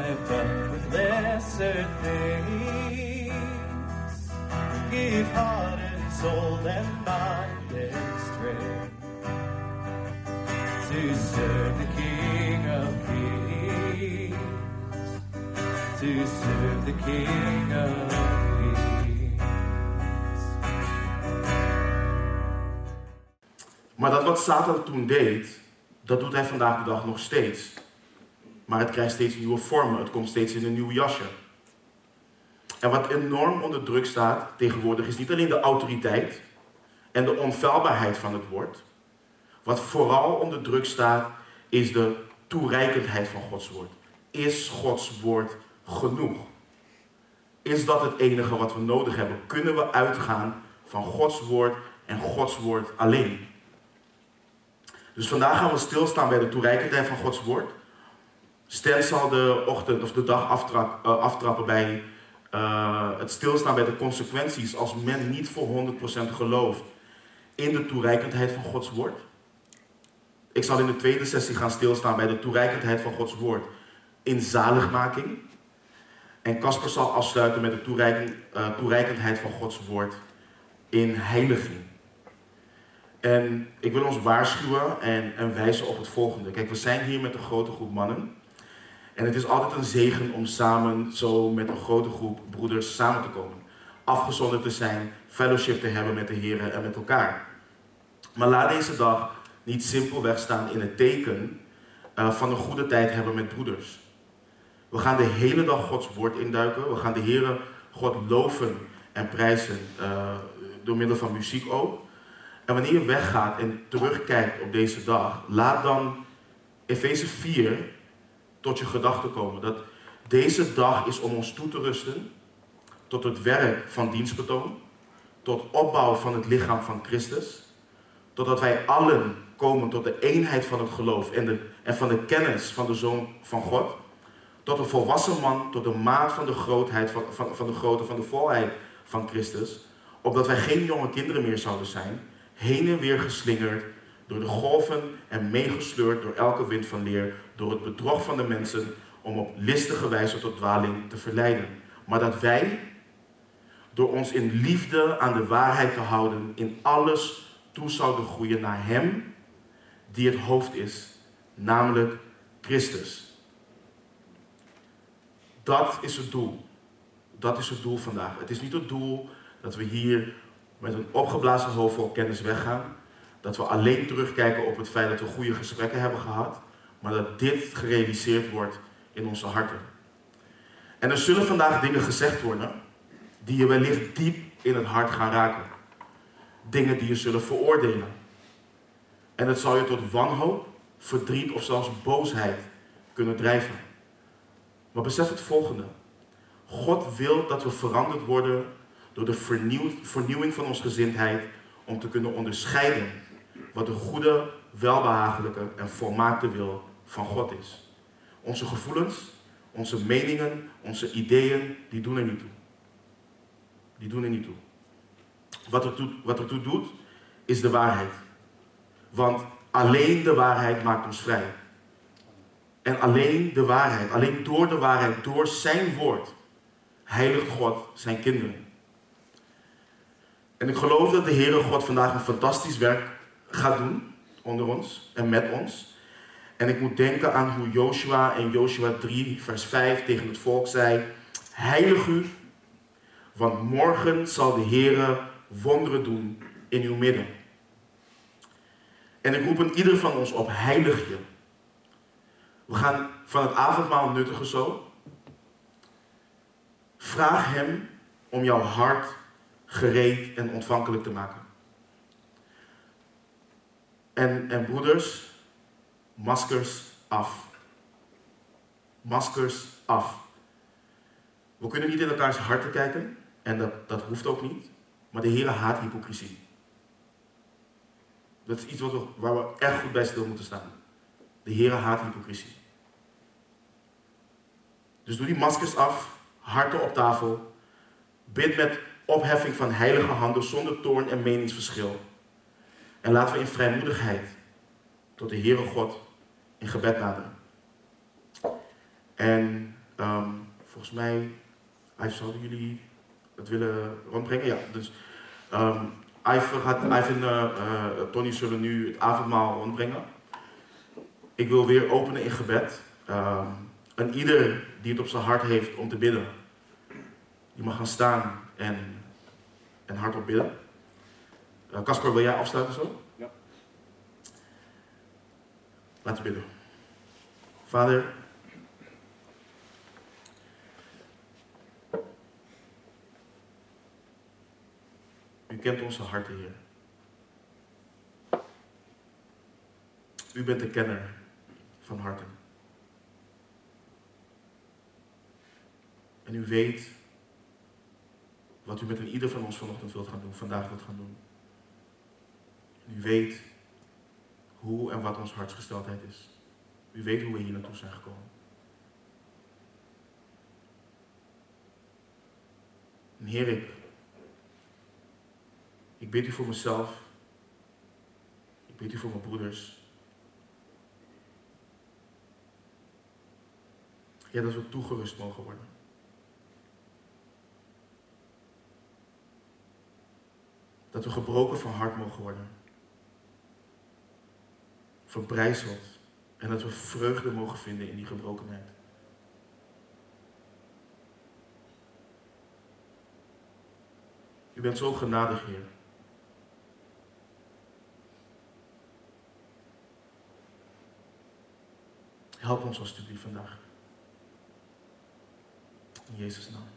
it done with lesser things. Give heart and soul and mind and strength to serve the King of Kings, to serve the King of Kings. Maar dat wat Satan toen deed, dat doet hij vandaag de dag nog steeds. Maar het krijgt steeds nieuwe vormen, het komt steeds in een nieuw jasje. En wat enorm onder druk staat tegenwoordig is niet alleen de autoriteit en de onfeilbaarheid van het woord. Wat vooral onder druk staat is de toereikendheid van Gods woord. Is Gods woord genoeg? Is dat het enige wat we nodig hebben? Kunnen we uitgaan van Gods woord en Gods woord alleen? Dus vandaag gaan we stilstaan bij de toereikendheid van Gods woord. Stan zal de ochtend of de dag aftrappen bij het stilstaan bij de consequenties als men niet voor 100% gelooft in de toereikendheid van Gods woord. Ik zal in de tweede sessie gaan stilstaan bij de toereikendheid van Gods woord in zaligmaking. En Casper zal afsluiten met de toereikendheid van Gods woord in heiliging. En ik wil ons waarschuwen en wijzen op het volgende. Kijk, we zijn hier met een grote groep mannen. En het is altijd een zegen om samen zo met een grote groep broeders samen te komen. Afgezonderd te zijn, fellowship te hebben met de Heer en met elkaar. Maar laat deze dag niet simpelweg staan in het teken van een goede tijd hebben met broeders. We gaan de hele dag Gods woord induiken. We gaan de Heere God loven en prijzen door middel van muziek ook. En wanneer je weggaat en terugkijkt op deze dag, laat dan Efeze 4 tot je gedachten komen. Dat deze dag is om ons toe te rusten tot het werk van dienstbetoon, tot opbouw van het lichaam van Christus, totdat wij allen komen tot de eenheid van het geloof en van de kennis van de Zoon van God, tot een volwassen man, tot de maat van de grootheid, van de grootte, van de volheid van Christus, opdat wij geen jonge kinderen meer zouden zijn, heen en weer geslingerd door de golven en meegesleurd door elke wind van leer, door het bedrog van de mensen, om op listige wijze tot dwaling te verleiden. Maar dat wij, door ons in liefde aan de waarheid te houden, in alles toe zouden groeien naar Hem, die het hoofd is, namelijk Christus. Dat is het doel. Dat is het doel vandaag. Het is niet het doel dat we hier met een opgeblazen hoofd vol kennis weggaan. Dat we alleen terugkijken op het feit dat we goede gesprekken hebben gehad. Maar dat dit gerealiseerd wordt in onze harten. En er zullen vandaag dingen gezegd worden die je wellicht diep in het hart gaan raken. Dingen die je zullen veroordelen. En het zal je tot wanhoop, verdriet of zelfs boosheid kunnen drijven. Maar besef het volgende. God wil dat we veranderd worden door de vernieuwing van onze gezindheid om te kunnen onderscheiden wat de goede, welbehagelijke en volmaakte wil van God is. Onze gevoelens, onze meningen, onze ideeën, die doen er niet toe. Die doen er niet toe. Wat ertoe doet, is de waarheid. Want alleen de waarheid maakt ons vrij. En alleen de waarheid, alleen door de waarheid, door zijn woord, heiligt God zijn kinderen. En ik geloof dat de Heere God vandaag een fantastisch werk gaat doen onder ons en met ons. En ik moet denken aan hoe Joshua in Joshua 3 vers 5 tegen het volk zei: heilig u, want morgen zal de Heere wonderen doen in uw midden. En ik roep aan ieder van ons op: heilig je. We gaan van het avondmaal nuttigen zo. Vraag hem om jouw hart gereed en ontvankelijk te maken. En broeders, maskers af. Maskers af. We kunnen niet in elkaars harten kijken en dat hoeft ook niet. Maar de Heere haat hypocrisie. Dat is iets waar we echt goed bij stil moeten staan. De Heere haat hypocrisie. Dus doe die maskers af, harten op tafel. Bid met opheffing van heilige handen zonder toorn en meningsverschil. En laten we in vrijmoedigheid tot de Heere God in gebed naderen. En Volgens mij, zouden jullie het willen rondbrengen? Ja, dus Ivan en Tony zullen nu het avondmaal rondbrengen. Ik wil weer openen in gebed. En ieder die het op zijn hart heeft om te bidden, die mag gaan staan en hardop bidden. Casper, wil jij afsluiten zo? Ja. Laten we bidden. Vader, u kent onze harten, Heer. U bent de kenner van harten. En u weet wat u met een ieder van ons vanochtend wilt gaan doen, vandaag wilt gaan doen. En u weet hoe en wat onze hartsgesteldheid is. U weet hoe we hier naartoe zijn gekomen. En Heer, ik bid u voor mezelf. Ik bid u voor mijn broeders. Ja, dat we toegerust mogen worden. Dat we gebroken van hart mogen worden. Verbrijzeld. En dat we vreugde mogen vinden in die gebrokenheid. U bent zo genadig, Heer. Help ons alsjeblieft vandaag. In Jezus' naam.